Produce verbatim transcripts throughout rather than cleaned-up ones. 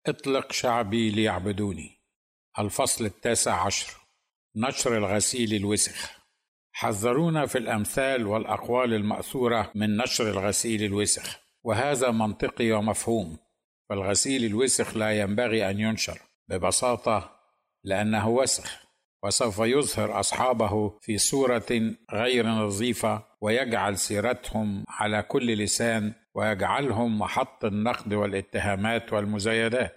اطلق شعبي ليعبدوني. الفصل التاسع عشر. نشر الغسيل الوسخ. حذرونا في الأمثال والأقوال المأثورة من نشر الغسيل الوسخ، وهذا منطقي ومفهوم، فالغسيل الوسخ لا ينبغي أن ينشر ببساطة لأنه وسخ، وسوف يظهر أصحابه في صورة غير نظيفة ويجعل سيرتهم على كل لسان ويجعلهم محط النقد والاتهامات والمزايدات.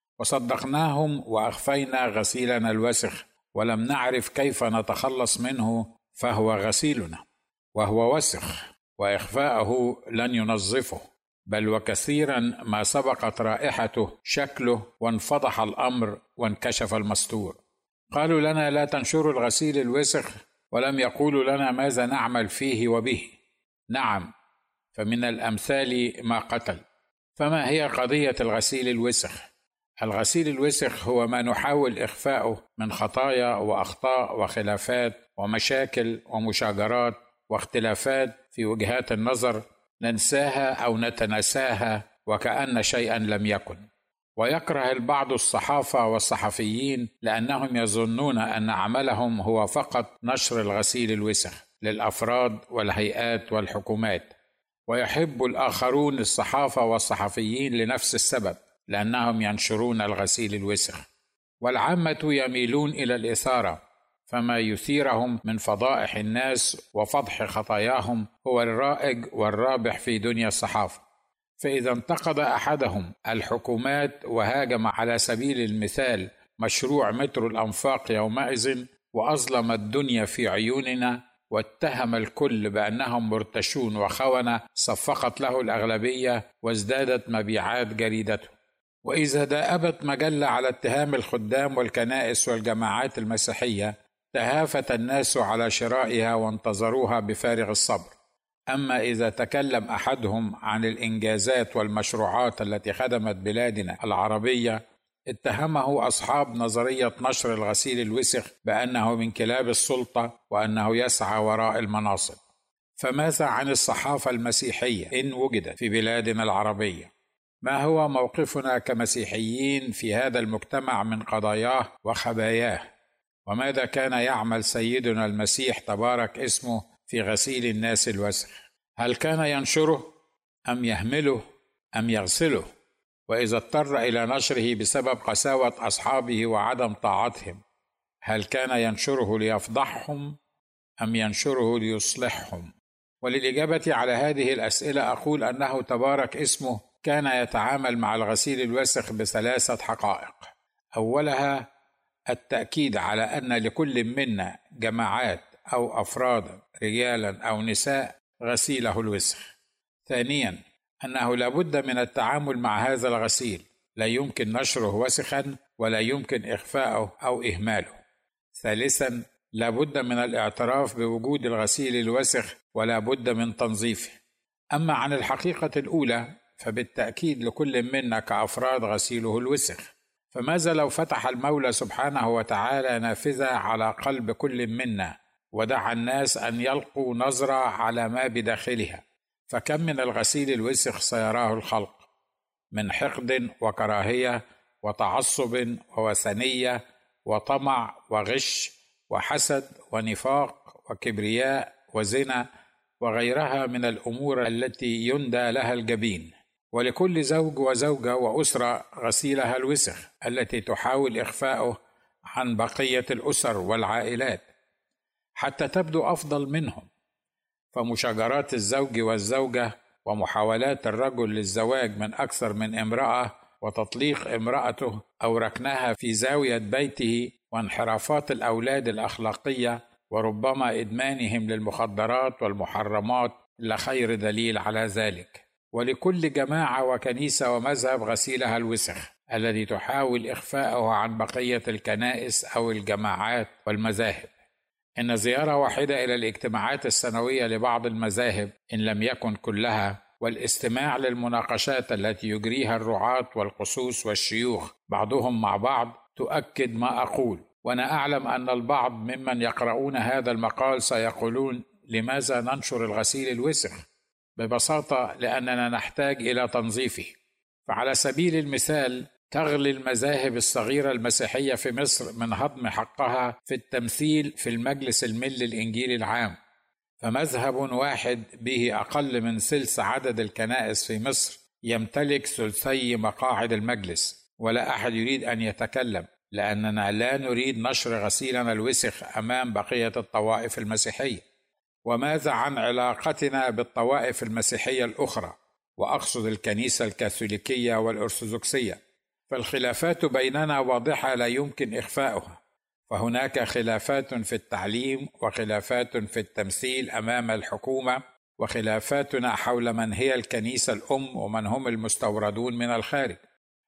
وصدقناهم وأخفينا غسيلنا الوسخ ولم نعرف كيف نتخلص منه، فهو غسيلنا وهو وسخ، وإخفاءه لن ينظفه، بل وكثيرا ما سبقت رائحته شكله وانفضح الأمر وانكشف المستور. قالوا لنا لا تنشروا الغسيل الوسخ، ولم يقولوا لنا ماذا نعمل فيه وبه. نعم، فمن الأمثال ما قتل. فما هي قضية الغسيل الوسخ؟ الغسيل الوسخ هو ما نحاول إخفاؤه من خطايا وأخطاء وخلافات ومشاكل ومشاجرات واختلافات في وجهات النظر ننساها أو نتناساها وكأن شيئا لم يكن. ويكره البعض الصحافة والصحفيين لأنهم يظنون أن عملهم هو فقط نشر الغسيل الوسخ للأفراد والهيئات والحكومات، ويحب الآخرون الصحافة والصحفيين لنفس السبب، لأنهم ينشرون الغسيل الوسخ. والعامة يميلون إلى الإثارة، فما يثيرهم من فضائح الناس وفضح خطاياهم هو الرائج والرابح في دنيا الصحافة. فإذا انتقد أحدهم الحكومات وهاجم على سبيل المثال مشروع مترو الأنفاق يومئذ وأظلم الدنيا في عيوننا واتهم الكل بأنهم مرتشون وخونة، صفقت له الأغلبية وازدادت مبيعات جريدته. وإذا دأبت مجلة على اتهام الخدام والكنائس والجماعات المسيحية، تهافت الناس على شرائها وانتظروها بفارغ الصبر. أما إذا تكلم أحدهم عن الإنجازات والمشروعات التي خدمت بلادنا العربية، اتهمه أصحاب نظرية نشر الغسيل الوسخ بأنه من كلاب السلطة وأنه يسعى وراء المناصب. فماذا عن الصحافة المسيحية إن وجدت في بلادنا العربية؟ ما هو موقفنا كمسيحيين في هذا المجتمع من قضاياه وخباياه؟ وماذا كان يعمل سيدنا المسيح تبارك اسمه في غسيل الناس الوسخ؟ هل كان ينشره أم يهمله أم يغسله؟ وإذا اضطر إلى نشره بسبب قساوة أصحابه وعدم طاعتهم، هل كان ينشره ليفضحهم أم ينشره ليصلحهم؟ وللإجابة على هذه الأسئلة أقول أنه تبارك اسمه كان يتعامل مع الغسيل الوسخ بثلاثة حقائق. أولها التأكيد على أن لكل منا جماعات أو أفراد رجالا أو نساء غسيله الوسخ. ثانيا أنه لابد من التعامل مع هذا الغسيل، لا يمكن نشره وسخا ولا يمكن إخفاؤه أو إهماله. ثالثا لابد من الاعتراف بوجود الغسيل الوسخ ولا بد من تنظيفه. أما عن الحقيقة الأولى فبالتأكيد لكل منا كأفراد غسيله الوسخ. فماذا لو فتح المولى سبحانه وتعالى نافذة على قلب كل منا ودعا الناس أن يلقوا نظرة على ما بداخلها؟ فكم من الغسيل الوسخ سيراه الخلق من حقد وكراهية وتعصب ووثنية وطمع وغش وحسد ونفاق وكبرياء وزنا وغيرها من الأمور التي يندى لها الجبين. ولكل زوج وزوجة وأسرة غسيلها الوسخ التي تحاول إخفاؤه عن بقية الأسر والعائلات حتى تبدو أفضل منهم. فمشاجرات الزوج والزوجة ومحاولات الرجل للزواج من أكثر من امرأة وتطليق امرأته أو ركنها في زاوية بيته وانحرافات الأولاد الأخلاقية وربما إدمانهم للمخدرات والمحرمات لخير دليل على ذلك. ولكل جماعة وكنيسة ومذهب غسيلها الوسخ الذي تحاول إخفاءه عن بقية الكنائس أو الجماعات والمذاهب. إن زيارة واحدة إلى الاجتماعات السنوية لبعض المذاهب إن لم يكن كلها، والاستماع للمناقشات التي يجريها الرعاة والقسوس والشيوخ بعضهم مع بعض تؤكد ما أقول. وأنا أعلم أن البعض ممن يقرؤون هذا المقال سيقولون: لماذا ننشر الغسيل الوسخ؟ ببساطة لأننا نحتاج إلى تنظيفه. فعلى سبيل المثال تغلي المذاهب الصغيرة المسيحية في مصر من هضم حقها في التمثيل في المجلس الملي الإنجيلي العام، فمذهب واحد به أقل من ثلث عدد الكنائس في مصر يمتلك ثلثي مقاعد المجلس، ولا أحد يريد أن يتكلم، لأننا لا نريد نشر غسيلنا الوسخ أمام بقية الطوائف المسيحية. وماذا عن علاقتنا بالطوائف المسيحية الأخرى، وأقصد الكنيسة الكاثوليكية والأرثوذكسية؟ فالخلافات بيننا واضحة لا يمكن إخفاؤها، فهناك خلافات في التعليم، وخلافات في التمثيل أمام الحكومة، وخلافاتنا حول من هي الكنيسة الأم ومن هم المستوردون من الخارج.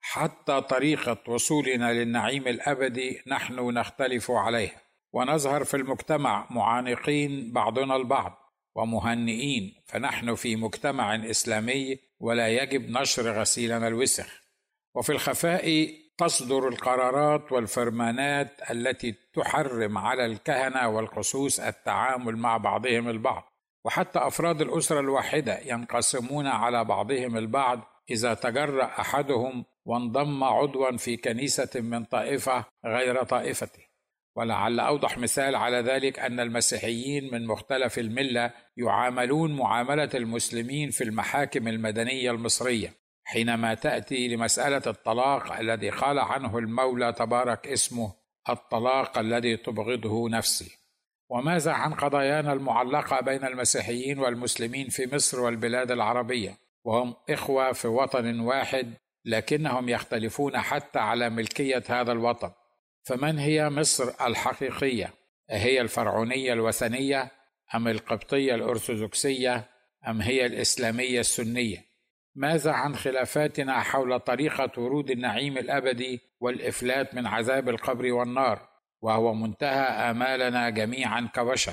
حتى طريقة وصولنا للنعيم الأبدي نحن نختلف عليها، ونظهر في المجتمع معانقين بعضنا البعض ومهنئين، فنحن في مجتمع إسلامي ولا يجب نشر غسيلنا الوسخ. وفي الخفاء تصدر القرارات والفرمانات التي تحرم على الكهنة والقسوس التعامل مع بعضهم البعض، وحتى أفراد الأسرة الواحدة ينقسمون على بعضهم البعض إذا تجرأ أحدهم وانضم عضوا في كنيسة من طائفة غير طائفته. ولعل أوضح مثال على ذلك أن المسيحيين من مختلف الملة يعاملون معاملة المسلمين في المحاكم المدنية المصرية حينما تأتي لمسألة الطلاق الذي قال عنه المولى تبارك اسمه: الطلاق الذي تبغضه نفسي. وماذا عن قضايانا المعلقة بين المسيحيين والمسلمين في مصر والبلاد العربية، وهم إخوة في وطن واحد لكنهم يختلفون حتى على ملكية هذا الوطن؟ فمن هي مصر الحقيقية؟ أهي الفرعونية الوثنية، أم القبطية الأرثوذكسية، أم هي الإسلامية السنية؟ ماذا عن خلافاتنا حول طريقة ورود النعيم الأبدي والإفلات من عذاب القبر والنار، وهو منتهى آمالنا جميعا كبشر،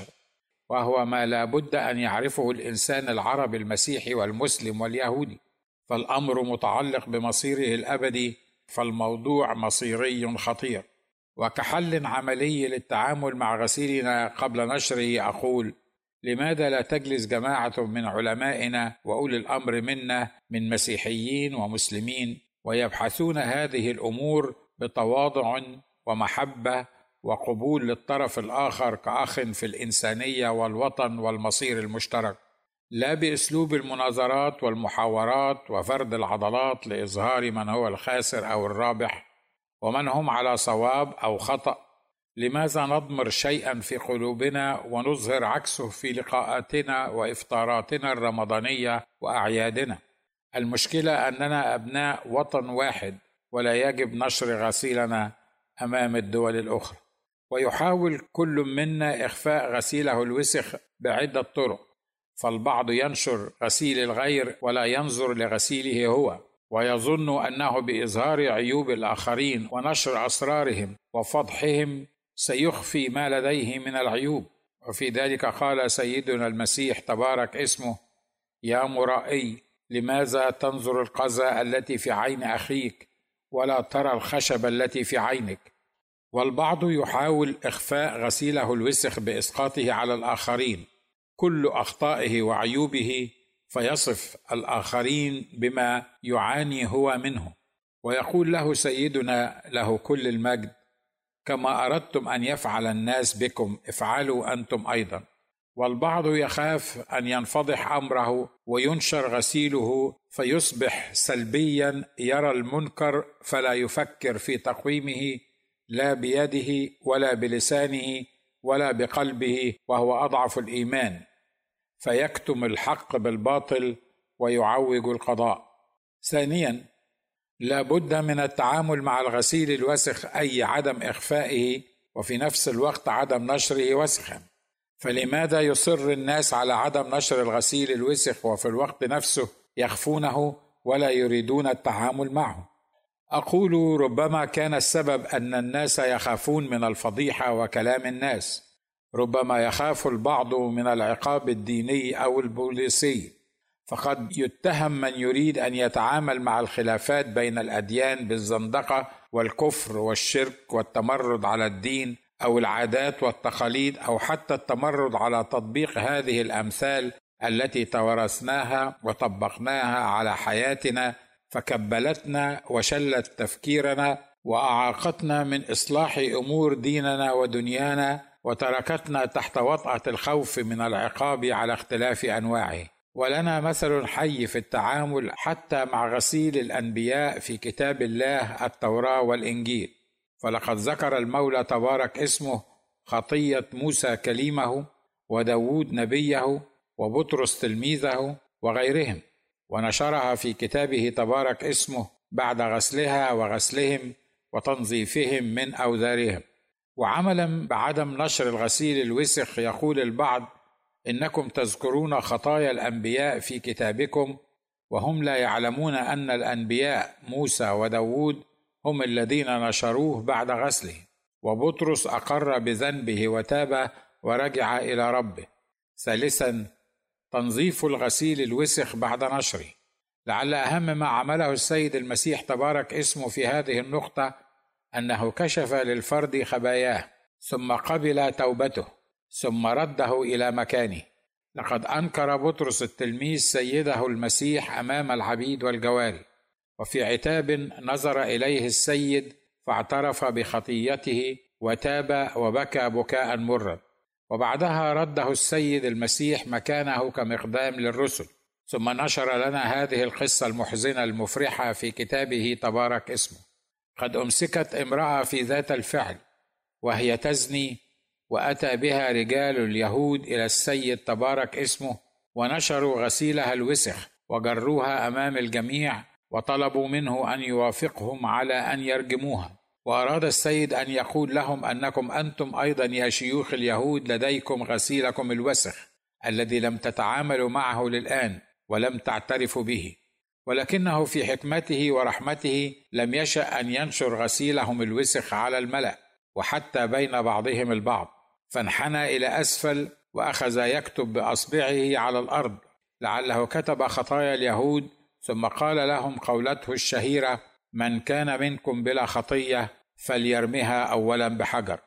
وهو ما لا بد أن يعرفه الإنسان العربي المسيحي والمسلم واليهودي؟ فالأمر متعلق بمصيره الأبدي، فالموضوع مصيري خطير. وكحل عملي للتعامل مع غسيلنا قبل نشره أقول: لماذا لا تجلس جماعة من علمائنا وأولي الأمر منا من مسيحيين ومسلمين ويبحثون هذه الأمور بتواضع ومحبة وقبول للطرف الآخر كأخ في الإنسانية والوطن والمصير المشترك، لا بأسلوب المناظرات والمحاورات وفرد العضلات لإظهار من هو الخاسر أو الرابح ومن هم على صواب أو خطأ. لماذا نضمر شيئا في قلوبنا ونظهر عكسه في لقاءاتنا وإفطاراتنا الرمضانية وأعيادنا؟ المشكلة أننا أبناء وطن واحد، ولا يجب نشر غسيلنا أمام الدول الأخرى. ويحاول كل منا إخفاء غسيله الوسخ بعدة طرق، فالبعض ينشر غسيل الغير ولا ينظر لغسيله هو، ويظن أنه بإظهار عيوب الآخرين ونشر أسرارهم وفضحهم سيخفي ما لديه من العيوب. وفي ذلك قال سيدنا المسيح تبارك اسمه: يا مرائي، لماذا تنظر القذى التي في عين أخيك ولا ترى الخشبة التي في عينك؟ والبعض يحاول إخفاء غسيله الوسخ بإسقاطه على الآخرين كل أخطائه وعيوبه، فيصف الآخرين بما يعاني هو منه، ويقول له سيدنا له كل المجد: كما أردتم أن يفعل الناس بكم افعلوا أنتم أيضا. والبعض يخاف أن ينفضح أمره وينشر غسيله فيصبح سلبيا، يرى المنكر فلا يفكر في تقويمه لا بيده ولا بلسانه ولا بقلبه، وهو أضعف الإيمان، فيكتم الحق بالباطل ويعوج القضاء. ثانيا، لا بد من التعامل مع الغسيل الوسخ، أي عدم إخفائه وفي نفس الوقت عدم نشره وسخا. فلماذا يصر الناس على عدم نشر الغسيل الوسخ وفي الوقت نفسه يخفونه ولا يريدون التعامل معه؟ أقول ربما كان السبب أن الناس يخافون من الفضيحة وكلام الناس، ربما يخاف البعض من العقاب الديني أو البوليسي، فقد يتهم من يريد أن يتعامل مع الخلافات بين الأديان بالزندقة والكفر والشرك والتمرد على الدين أو العادات والتقاليد، أو حتى التمرد على تطبيق هذه الأمثال التي توارثناها وطبقناها على حياتنا، فكبلتنا وشلت تفكيرنا وأعاقتنا من إصلاح أمور ديننا ودنيانا، وتركتنا تحت وطأة الخوف من العقاب على اختلاف أنواعه. ولنا مثل حي في التعامل حتى مع غسيل الأنبياء في كتاب الله التوراة والإنجيل، فلقد ذكر المولى تبارك اسمه خطية موسى كليمه وداود نبيه وبطرس تلميذه وغيرهم، ونشرها في كتابه تبارك اسمه بعد غسلها وغسلهم وتنظيفهم من أوزارهم. وعملا بعدم نشر الغسيل الوسخ يقول البعض إنكم تذكرون خطايا الأنبياء في كتابكم، وهم لا يعلمون أن الأنبياء موسى وداود هم الذين نشروه بعد غسله، وبطرس أقر بذنبه وتاب ورجع إلى ربه. ثالثا، تنظيف الغسيل الوسخ بعد نشره. لعل أهم ما عمله السيد المسيح تبارك اسمه في هذه النقطة أنه كشف للفرد خباياه، ثم قبل توبته، ثم رده إلى مكانه. لقد أنكر بطرس التلميذ سيده المسيح أمام العبيد والجواري، وفي عتاب نظر إليه السيد فاعترف بخطيته وتاب وبكى بكاء مرا، وبعدها رده السيد المسيح مكانه كمقدام للرسل. ثم نشر لنا هذه القصة المحزنة المفرحة في كتابه تبارك اسمه. قد أمسكت امرأة في ذات الفعل وهي تزني، وأتى بها رجال اليهود إلى السيد تبارك اسمه، ونشروا غسيلها الوسخ وجروها أمام الجميع، وطلبوا منه أن يوافقهم على أن يرجموها. وأراد السيد أن يقول لهم أنكم أنتم أيضا يا شيوخ اليهود لديكم غسيلكم الوسخ الذي لم تتعاملوا معه للآن ولم تعترفوا به، ولكنه في حكمته ورحمته لم يشأ أن ينشر غسيلهم الوسخ على الملأ وحتى بين بعضهم البعض، فانحنى إلى أسفل وأخذ يكتب بأصبعه على الأرض لعله كتب خطايا اليهود، ثم قال لهم قولته الشهيرة: من كان منكم بلا خطية فليرمها أولا بحجر.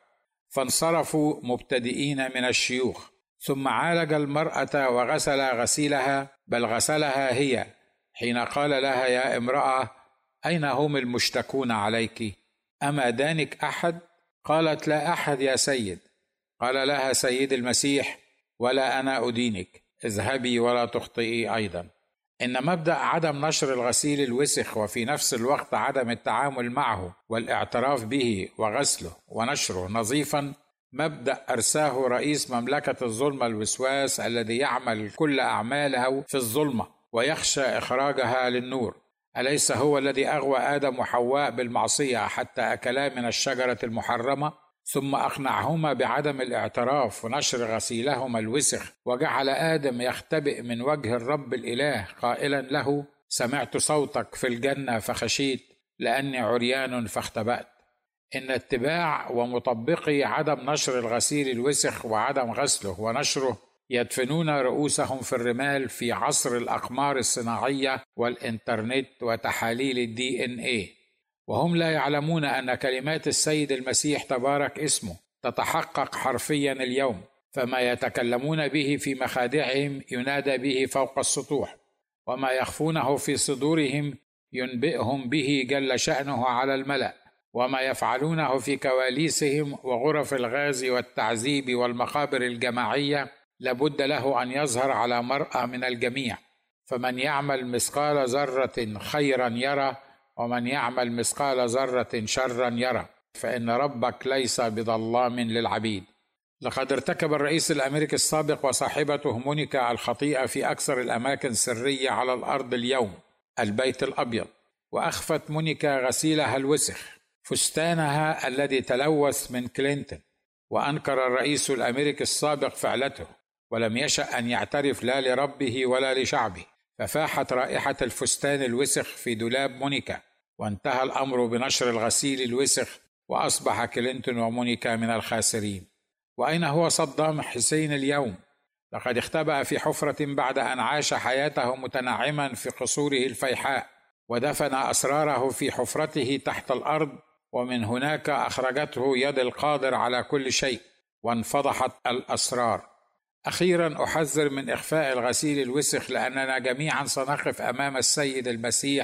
فانصرفوا مبتدئين من الشيوخ، ثم عالج المرأة وغسل غسيلها، بل غسلها هي، حين قال لها: يا امرأة، أين هم المشتكون عليك؟ أما دانك أحد؟ قالت: لا أحد يا سيد. قال لها سيد المسيح: ولا أنا أدينك، اذهبي ولا تخطئي أيضا. إن مبدأ عدم نشر الغسيل الوسخ وفي نفس الوقت عدم التعامل معه والاعتراف به وغسله ونشره نظيفا مبدأ أرساه رئيس مملكة الظلمة الوسواس، الذي يعمل كل أعماله في الظلمة ويخشى إخراجها للنور. أليس هو الذي أغوى آدم وحواء بالمعصية حتى أكلا من الشجرة المحرمة، ثم أقنعهما بعدم الاعتراف ونشر غسيلهما الوسخ، وجعل آدم يختبئ من وجه الرب الإله قائلا له: سمعت صوتك في الجنة فخشيت لأني عريان فاختبأت. إن اتباع ومطبقي عدم نشر الغسيل الوسخ وعدم غسله ونشره يدفنون رؤوسهم في الرمال في عصر الأقمار الصناعية والإنترنت وتحاليل الدي إن إيه، وهم لا يعلمون أن كلمات السيد المسيح تبارك اسمه تتحقق حرفيا اليوم، فما يتكلمون به في مخادعهم ينادى به فوق السطوح، وما يخفونه في صدورهم ينبئهم به جل شأنه على الملأ، وما يفعلونه في كواليسهم وغرف الغاز والتعذيب والمقابر الجماعية لابد له أن يظهر على مرأى من الجميع. فمن يعمل مثقال ذرة خيرا يرى، ومن يعمل مثقال ذرة شرا يرى، فإن ربك ليس بظلام للعبيد. لقد ارتكب الرئيس الأمريكي السابق وصاحبته مونيكا الخطيئة في أكثر الأماكن سرية على الأرض اليوم، البيت الأبيض، وأخفت مونيكا غسيلها الوسخ، فستانها الذي تلوث من كلينتون، وأنكر الرئيس الأمريكي السابق فعلته، ولم يشأ أن يعترف لا لربه ولا لشعبه، ففاحت رائحة الفستان الوسخ في دولاب مونيكا، وانتهى الأمر بنشر الغسيل الوسخ، وأصبح كلينتون ومونيكا من الخاسرين. وأين هو صدام حسين اليوم؟ لقد اختبأ في حفرة بعد أن عاش حياته متنعما في قصوره الفيحاء، ودفن أسراره في حفرته تحت الأرض، ومن هناك أخرجته يد القادر على كل شيء، وانفضحت الأسرار. أخيرا أحذر من إخفاء الغسيل الوسخ، لأننا جميعا سنقف أمام السيد المسيح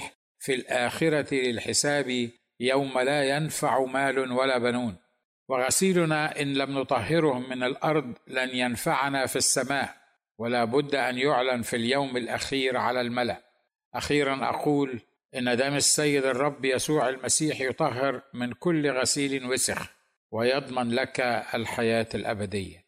في الآخرة للحساب يوم لا ينفع مال ولا بنون. وغسيلنا إن لم نطهره من الأرض لن ينفعنا في السماء، ولا بد أن يعلن في اليوم الأخير على الملأ. أخيرا أقول إن دم السيد الرب يسوع المسيح يطهر من كل غسيل وسخ، ويضمن لك الحياة الأبدية.